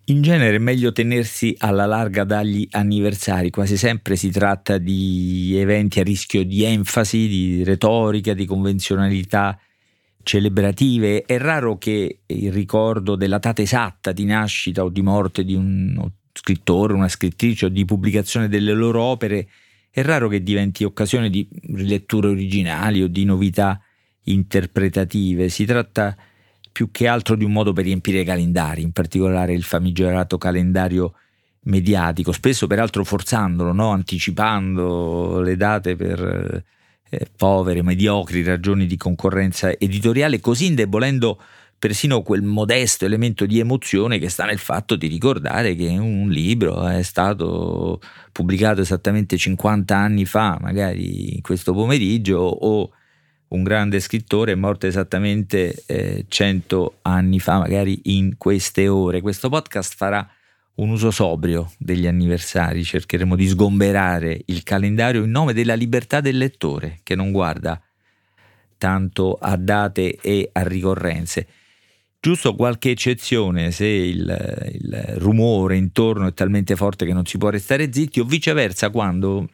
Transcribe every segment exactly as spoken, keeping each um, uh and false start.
In genere è meglio tenersi alla larga dagli anniversari, quasi sempre si tratta di eventi a rischio di enfasi, di retorica, di convenzionalità celebrative. È raro che il ricordo della data esatta di nascita o di morte di un scrittore, una scrittrice o di pubblicazione delle loro opere, è raro che diventi occasione di riletture originali o di novità interpretative. Si tratta più che altro di un modo per riempire i calendari, in particolare il famigerato calendario mediatico, spesso peraltro forzandolo, no? Anticipando le date per eh, povere, mediocri ragioni di concorrenza editoriale, così indebolendo persino quel modesto elemento di emozione che sta nel fatto di ricordare che un libro è stato pubblicato esattamente cinquanta anni fa, magari in questo pomeriggio, o un grande scrittore è morto esattamente eh, cento anni fa, magari in queste ore. Questo podcast farà un uso sobrio degli anniversari, cercheremo di sgomberare il calendario in nome della libertà del lettore, che non guarda tanto a date e a ricorrenze. Giusto qualche eccezione se il, il rumore intorno è talmente forte che non si può restare zitti, o viceversa quando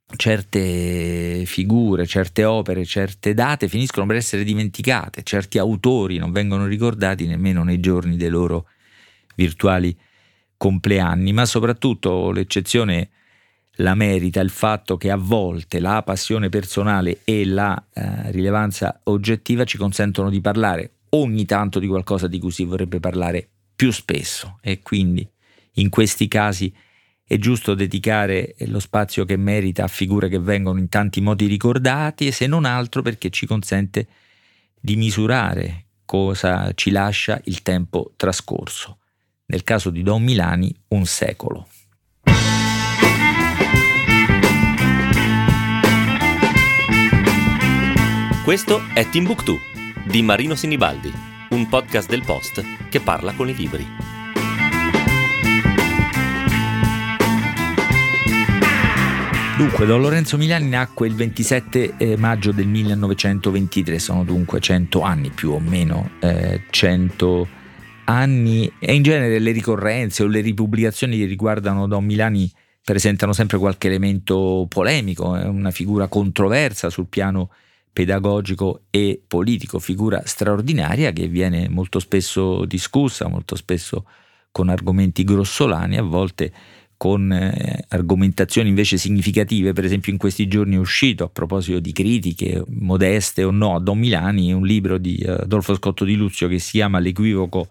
certe figure, certe opere, certe date finiscono per essere dimenticate, certi autori non vengono ricordati nemmeno nei giorni dei loro virtuali compleanni. Ma soprattutto l'eccezione la merita il fatto che a volte la passione personale e la eh, rilevanza oggettiva ci consentono di parlare ogni tanto di qualcosa di cui si vorrebbe parlare più spesso, e quindi in questi casi è giusto dedicare lo spazio che merita a figure che vengono in tanti modi ricordati, e se non altro perché ci consente di misurare cosa ci lascia il tempo trascorso. Nel caso di Don Milani, un secolo. Questo è Timbuktu di Marino Sinibaldi, un podcast del Post che parla con i libri. Dunque, Don Lorenzo Milani nacque il ventisette maggio del millenovecentoventitré, sono dunque cento anni più o meno, eh, cento anni, e in genere le ricorrenze o le ripubblicazioni che riguardano Don Milani presentano sempre qualche elemento polemico, è una figura controversa sul piano pedagogico e politico, figura straordinaria che viene molto spesso discussa, molto spesso con argomenti grossolani, a volte con eh, argomentazioni invece significative. Per esempio in questi giorni è uscito, a proposito di critiche modeste o no a Don Milani, un libro di Adolfo Scotto di Luzio che si chiama L'equivoco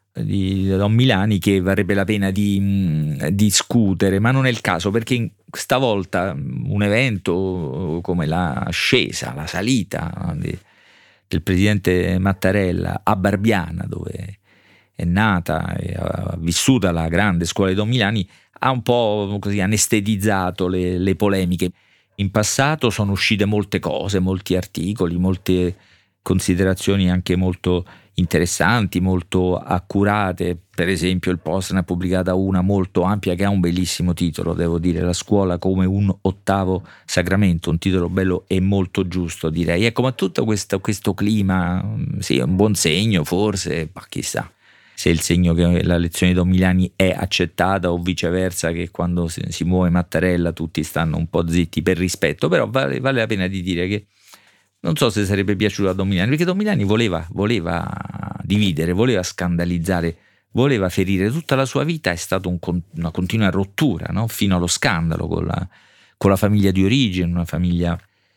di Don Milani, che varrebbe la pena di mh, discutere, ma non è il caso, perché stavolta un evento come l'ascesa, la salita di, del presidente Mattarella a Barbiana, dove è nata e ha vissuta la grande scuola di Don Milani, ha un po' così anestetizzato le, le polemiche. In passato sono uscite molte cose, molti articoli, molte considerazioni anche molto interessanti, molto accurate. Per esempio il Post ne ha pubblicata una molto ampia che ha un bellissimo titolo, devo dire, La scuola come un ottavo sacramento, un titolo bello e molto giusto, direi. Ecco, ma tutto questo, questo clima, sì, è un buon segno forse, ma chissà se è il segno che la lezione di Don Milani è accettata, o viceversa che quando si muove Mattarella tutti stanno un po' zitti per rispetto. Però vale, vale la pena di dire che non so se sarebbe piaciuto a Don Milani, perché Don Milani voleva, voleva dividere, voleva scandalizzare, voleva ferire. Tutta la sua vita è stata un, una continua rottura, no? Fino allo scandalo con la, con la famiglia di origine, una famiglia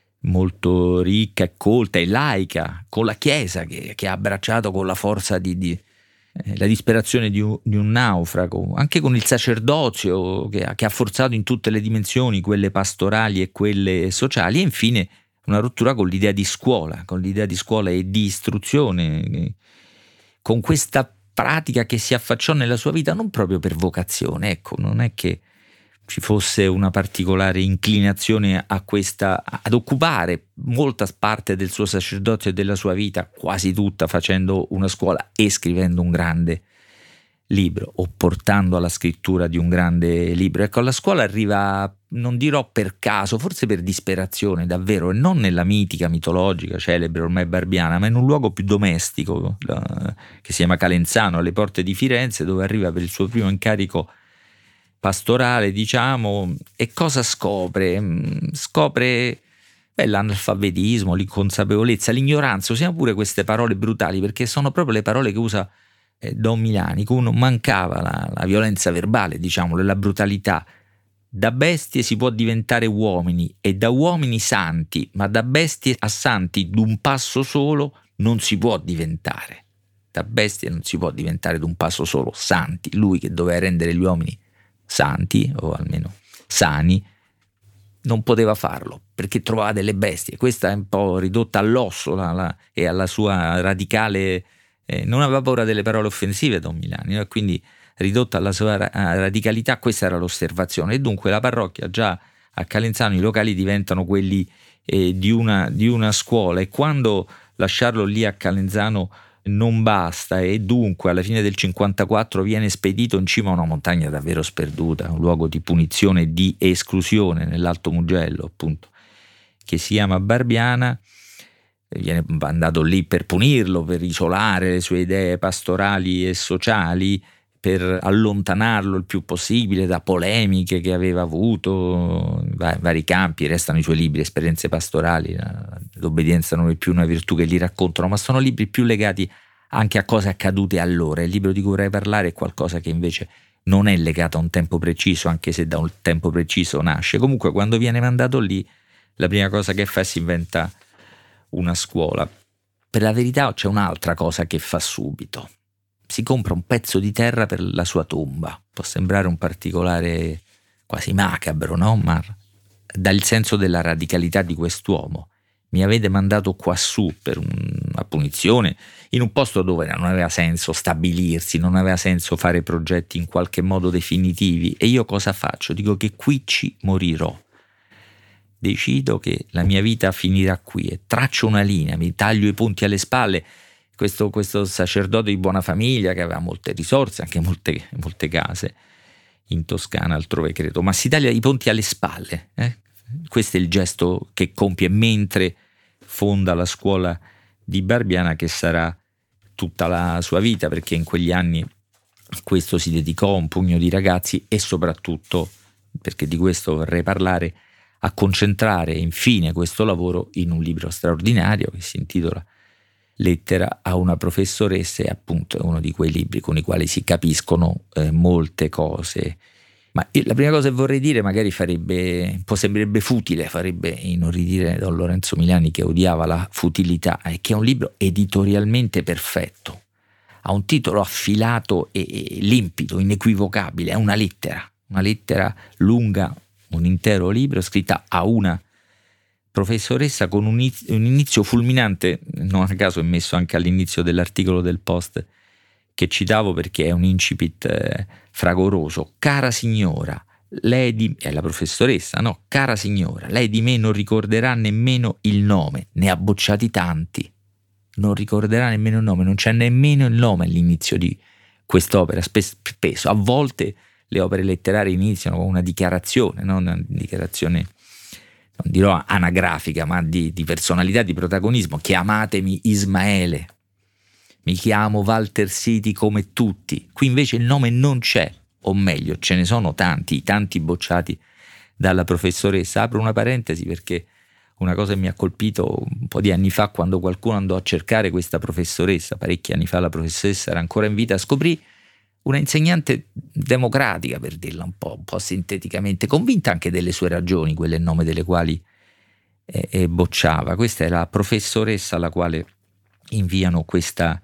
molto ricca e colta e laica, con la Chiesa che, che ha abbracciato con la forza di, di eh, la disperazione di un, di un naufrago, anche con il sacerdozio che ha, che ha forzato in tutte le dimensioni, quelle pastorali e quelle sociali, e infine una rottura con l'idea di scuola, con l'idea di scuola e di istruzione, con questa pratica che si affacciò nella sua vita non proprio per vocazione. Ecco, non è che ci fosse una particolare inclinazione a questa, ad occupare molta parte del suo sacerdozio e della sua vita, quasi tutta facendo una scuola e scrivendo un grande libro, o portando alla scrittura di un grande libro. Ecco, alla scuola arriva non dirò per caso, forse per disperazione davvero, e non nella mitica, mitologica, celebre ormai barbiana, ma in un luogo più domestico la, che si chiama Calenzano, alle porte di Firenze, dove arriva per il suo primo incarico pastorale, diciamo. E cosa scopre? Scopre beh, l'analfabetismo, l'inconsapevolezza, l'ignoranza. Usiamo pure queste parole brutali, perché sono proprio le parole che usa eh, Don Milani. Come mancava la, la violenza verbale, diciamolo, e la brutalità. Da bestie si può diventare uomini, e da uomini santi, ma da bestie a santi d'un passo solo non si può diventare. Da bestie non si può diventare d'un passo solo santi. Lui, che doveva rendere gli uomini santi, o almeno sani, non poteva farlo, perché trovava delle bestie. Questa è un po' ridotta all'osso la, la, e alla sua radicale eh, non aveva paura delle parole offensive Don Milani, no? Quindi ridotta alla sua ra- radicalità, questa era l'osservazione. E dunque la parrocchia, già a Calenzano, i locali diventano quelli eh, di, una, di una scuola, e quando lasciarlo lì a Calenzano non basta, e dunque alla fine del cinquantaquattro viene spedito in cima a una montagna davvero sperduta, un luogo di punizione e di esclusione nell'Alto Mugello, appunto, che si chiama Barbiana. Viene mandato lì per punirlo, per isolare le sue idee pastorali e sociali, per allontanarlo il più possibile da polemiche che aveva avuto in vari campi. Restano i suoi libri, Esperienze pastorali, l'obbedienza non è più una virtù, che li raccontano, ma sono libri più legati anche a cose accadute allora. Il libro di cui vorrei parlare è qualcosa che invece non è legato a un tempo preciso, anche se da un tempo preciso nasce. Comunque, quando viene mandato lì, la prima cosa che fa è si inventa una scuola. Per la verità c'è un'altra cosa che fa subito: si compra un pezzo di terra per la sua tomba. Può sembrare un particolare quasi macabro, no? Ma dà il senso della radicalità di quest'uomo. Mi avete mandato quassù per una punizione, in un posto dove non aveva senso stabilirsi, non aveva senso fare progetti in qualche modo definitivi, e io cosa faccio? Dico che qui ci morirò. Decido che la mia vita finirà qui e traccio una linea, mi taglio i punti alle spalle. Questo, questo sacerdote di buona famiglia, che aveva molte risorse, anche molte, molte case in Toscana, altrove credo, ma si taglia i ponti alle spalle. Eh? Questo è il gesto che compie mentre fonda la scuola di Barbiana, che sarà tutta la sua vita, perché in quegli anni questo si dedicò a un pugno di ragazzi, e soprattutto, perché di questo vorrei parlare, a concentrare infine questo lavoro in un libro straordinario che si intitola Lettera a una professoressa, e appunto è uno di quei libri con i quali si capiscono eh, molte cose. Ma la prima cosa che vorrei dire, magari farebbe, un po' sembrerebbe futile, farebbe inorridire Don Lorenzo Milani, che odiava la futilità, è che è un libro editorialmente perfetto, ha un titolo affilato e, e limpido, inequivocabile, è una lettera, una lettera lunga, un intero libro, scritta a una professoressa, con un inizio, un inizio fulminante. Non a caso è messo anche all'inizio dell'articolo del Post che citavo, perché è un incipit eh, fragoroso. Cara signora, lei di... è la professoressa, no? Cara signora, lei di me non ricorderà nemmeno il nome, ne ha bocciati tanti, non ricorderà nemmeno il nome, non c'è nemmeno il nome all'inizio di quest'opera. Spesso, a volte le opere letterarie iniziano con una dichiarazione, no? Una dichiarazione, non dirò anagrafica, ma di, di personalità, di protagonismo. Chiamatemi Ismaele, mi chiamo Walter Siti come tutti. Qui invece il nome non c'è, o meglio ce ne sono tanti, tanti bocciati dalla professoressa. Apro una parentesi, perché una cosa che mi ha colpito un po' di anni fa, quando qualcuno andò a cercare questa professoressa, parecchi anni fa la professoressa era ancora in vita, scoprì una insegnante democratica, per dirla un po', un po' sinteticamente, convinta anche delle sue ragioni, quelle in nome delle quali eh, eh, bocciava. Questa è la professoressa alla quale inviano questa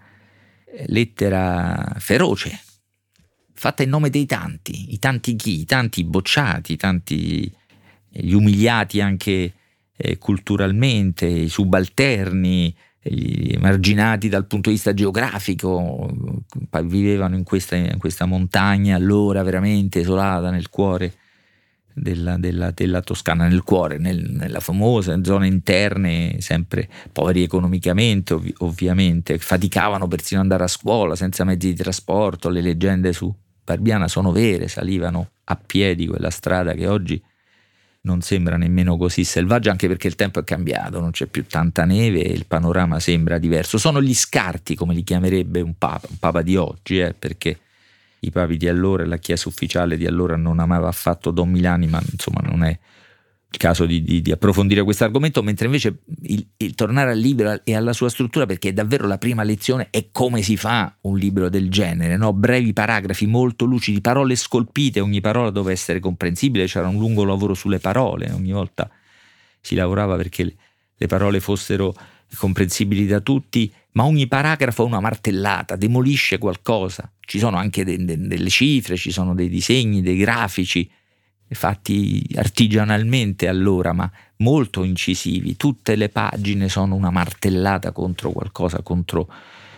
lettera feroce, fatta in nome dei tanti, i tanti chi, i tanti bocciati, i tanti gli umiliati anche eh, culturalmente, i subalterni, gli emarginati dal punto di vista geografico, vivevano in questa, in questa montagna allora veramente isolata nel cuore della, della, della Toscana, nel cuore, nel, nella famosa zone interne, sempre poveri economicamente ov- ovviamente, faticavano persino ad andare a scuola senza mezzi di trasporto. Le leggende su Barbiana sono vere, salivano a piedi quella strada che oggi non sembra nemmeno così selvaggia, anche perché il tempo è cambiato, non c'è più tanta neve e il panorama sembra diverso. Sono gli scarti, come li chiamerebbe un papa, un papa di oggi, eh, perché i papi di allora e la chiesa ufficiale di allora non amava affatto Don Milani, ma insomma non è il caso di, di, di approfondire questo argomento, mentre invece il, il tornare al libro e alla sua struttura, perché è davvero la prima lezione, è come si fa un libro del genere, no? Brevi paragrafi molto lucidi, parole scolpite, ogni parola doveva essere comprensibile, c'era un lungo lavoro sulle parole, ogni volta si lavorava perché le, le parole fossero comprensibili da tutti, ma ogni paragrafo è una martellata, demolisce qualcosa, ci sono anche de, de, delle cifre, ci sono dei disegni, dei grafici fatti artigianalmente allora, ma molto incisivi. Tutte le pagine sono una martellata contro qualcosa, contro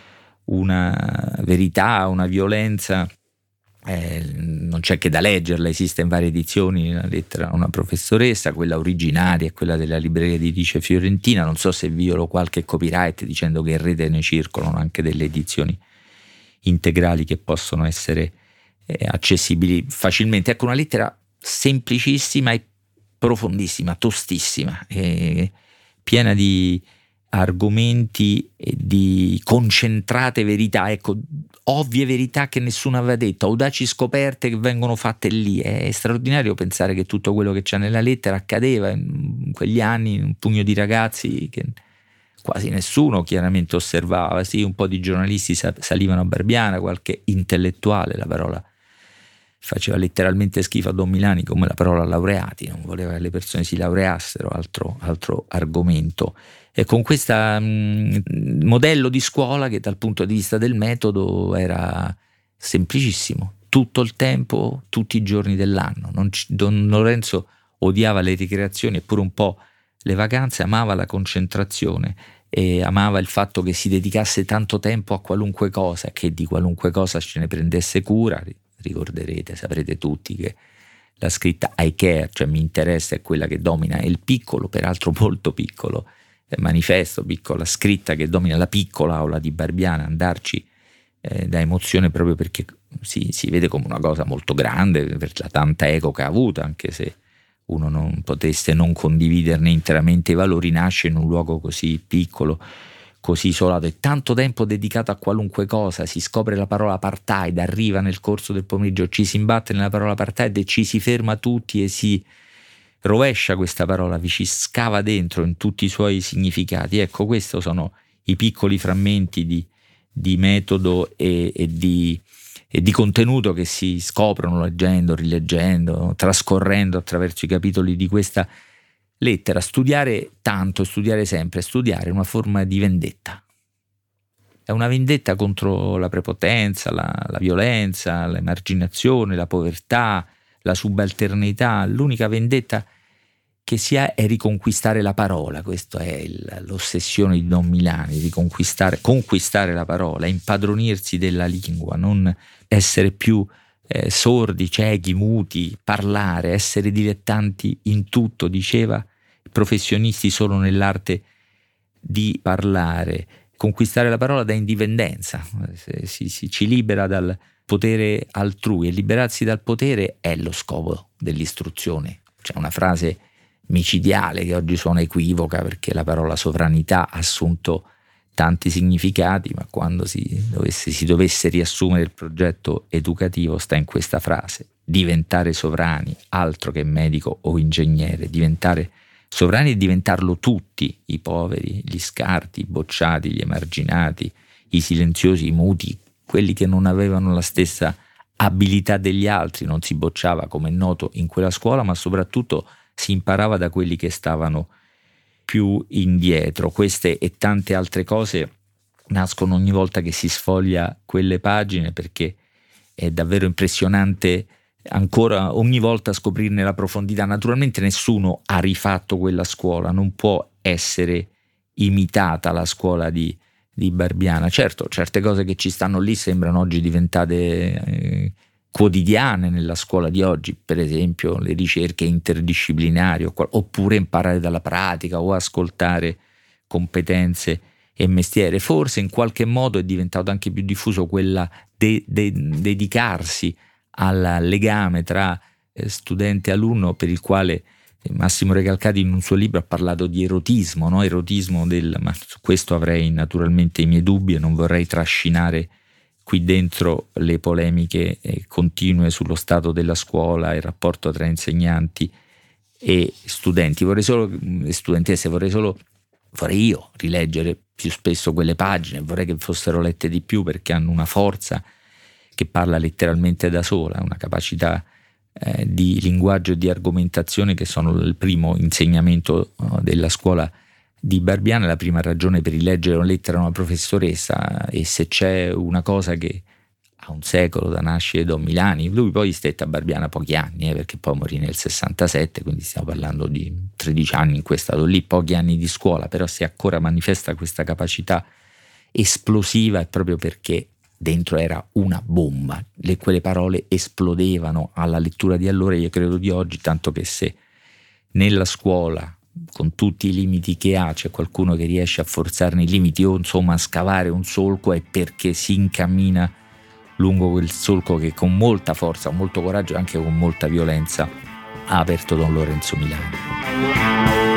una verità, una violenza. Eh, non c'è che da leggerla, esiste in varie edizioni la lettera a una professoressa, quella originaria e quella della libreria editrice Fiorentina. Non so se violo qualche copyright dicendo che in rete ne circolano anche delle edizioni integrali che possono essere eh, accessibili facilmente. Ecco, una lettera semplicissima e profondissima, tostissima, eh, piena di argomenti e di concentrate verità, ecco, ovvie verità che nessuno aveva detto, audaci scoperte che vengono fatte lì. È straordinario pensare che tutto quello che c'è nella lettera accadeva in quegli anni, in un pugno di ragazzi che quasi nessuno chiaramente osservava. Sì, un po' di giornalisti salivano a Barbiana, qualche intellettuale, la parola faceva letteralmente schifo a Don Milani come la parola laureati, non voleva che le persone si laureassero, altro, altro argomento. E con questo modello di scuola che dal punto di vista del metodo era semplicissimo, tutto il tempo, tutti i giorni dell'anno. Non c- Don Lorenzo odiava le ricreazioni e pure un po' le vacanze, amava la concentrazione e amava il fatto che si dedicasse tanto tempo a qualunque cosa, che di qualunque cosa ce ne prendesse cura. Ricorderete, saprete tutti che la scritta I care, cioè mi interessa, è quella che domina, è il piccolo, peraltro molto piccolo, manifesto, piccola scritta che domina la piccola aula di Barbiana. Andarci eh, dà emozione proprio perché si, si vede come una cosa molto grande per la tanta eco che ha avuto, anche se uno non potesse non condividerne interamente i valori. Nasce in un luogo così piccolo, così isolato e tanto tempo dedicato a qualunque cosa. Si scopre la parola apartheid, arriva nel corso del pomeriggio, ci si imbatte nella parola apartheid e ci si ferma tutti e si rovescia questa parola, vi ci scava dentro in tutti i suoi significati. Ecco, questi sono i piccoli frammenti di, di metodo e, e, di, e di contenuto che si scoprono leggendo, rileggendo, trascorrendo attraverso i capitoli di questa lettera. Studiare tanto, studiare sempre, studiare è una forma di vendetta. È una vendetta contro la prepotenza, la, la violenza, l'emarginazione, la povertà, la subalternità. L'unica vendetta che si ha è riconquistare la parola. Questa è il, l'ossessione di Don Milani, riconquistare, conquistare la parola, impadronirsi della lingua, non essere più eh, sordi, ciechi, muti, parlare, essere dilettanti in tutto, diceva, professionisti solo nell'arte di parlare. Conquistare la parola da indipendenza, si, si, ci libera dal potere altrui, e liberarsi dal potere è lo scopo dell'istruzione. C'è una frase micidiale che oggi suona equivoca perché la parola sovranità ha assunto tanti significati, ma quando si dovesse, si dovesse riassumere il progetto educativo sta in questa frase: diventare sovrani, altro che medico o ingegnere, diventare sovrani e diventarlo tutti, i poveri, gli scarti, i bocciati, gli emarginati, i silenziosi, i muti, quelli che non avevano la stessa abilità degli altri. Non si bocciava, come è noto, in quella scuola, ma soprattutto si imparava da quelli che stavano più indietro. Queste e tante altre cose nascono ogni volta che si sfoglia quelle pagine, perché è davvero impressionante ancora ogni volta scoprirne la profondità. Naturalmente nessuno ha rifatto quella scuola, non può essere imitata la scuola di, di Barbiana. Certo, certe cose che ci stanno lì sembrano oggi diventate eh, quotidiane nella scuola di oggi, per esempio le ricerche interdisciplinari, oppure imparare dalla pratica o ascoltare competenze e mestiere. Forse in qualche modo è diventato anche più diffuso quella de- de- dedicarsi al legame tra studente e alunno, per il quale Massimo Recalcati in un suo libro ha parlato di erotismo, no? Erotismo del, ma su questo avrei naturalmente i miei dubbi e non vorrei trascinare qui dentro le polemiche continue sullo stato della scuola, il rapporto tra insegnanti e studenti. Vorrei solo, studentesse, vorrei solo, vorrei io rileggere più spesso quelle pagine, vorrei che fossero lette di più, perché hanno una forza che parla letteralmente da sola, una capacità eh, di linguaggio e di argomentazione che sono il primo insegnamento uh, della scuola di Barbiana, la prima ragione per rileggere una lettera a una professoressa. E se c'è una cosa che a un secolo da nascere Don Milani, lui poi stette a Barbiana pochi anni, eh, perché poi morì nel sessantasette, quindi stiamo parlando di tredici anni in cui è stato lì, pochi anni di scuola, però se ancora manifesta questa capacità esplosiva è proprio perché dentro era una bomba, le, quelle parole esplodevano alla lettura di allora e io credo di oggi, tanto che se nella scuola, con tutti i limiti che ha, c'è qualcuno che riesce a forzarne i limiti o insomma a scavare un solco, è perché si incammina lungo quel solco che con molta forza, con molto coraggio e anche con molta violenza ha aperto Don Lorenzo Milani.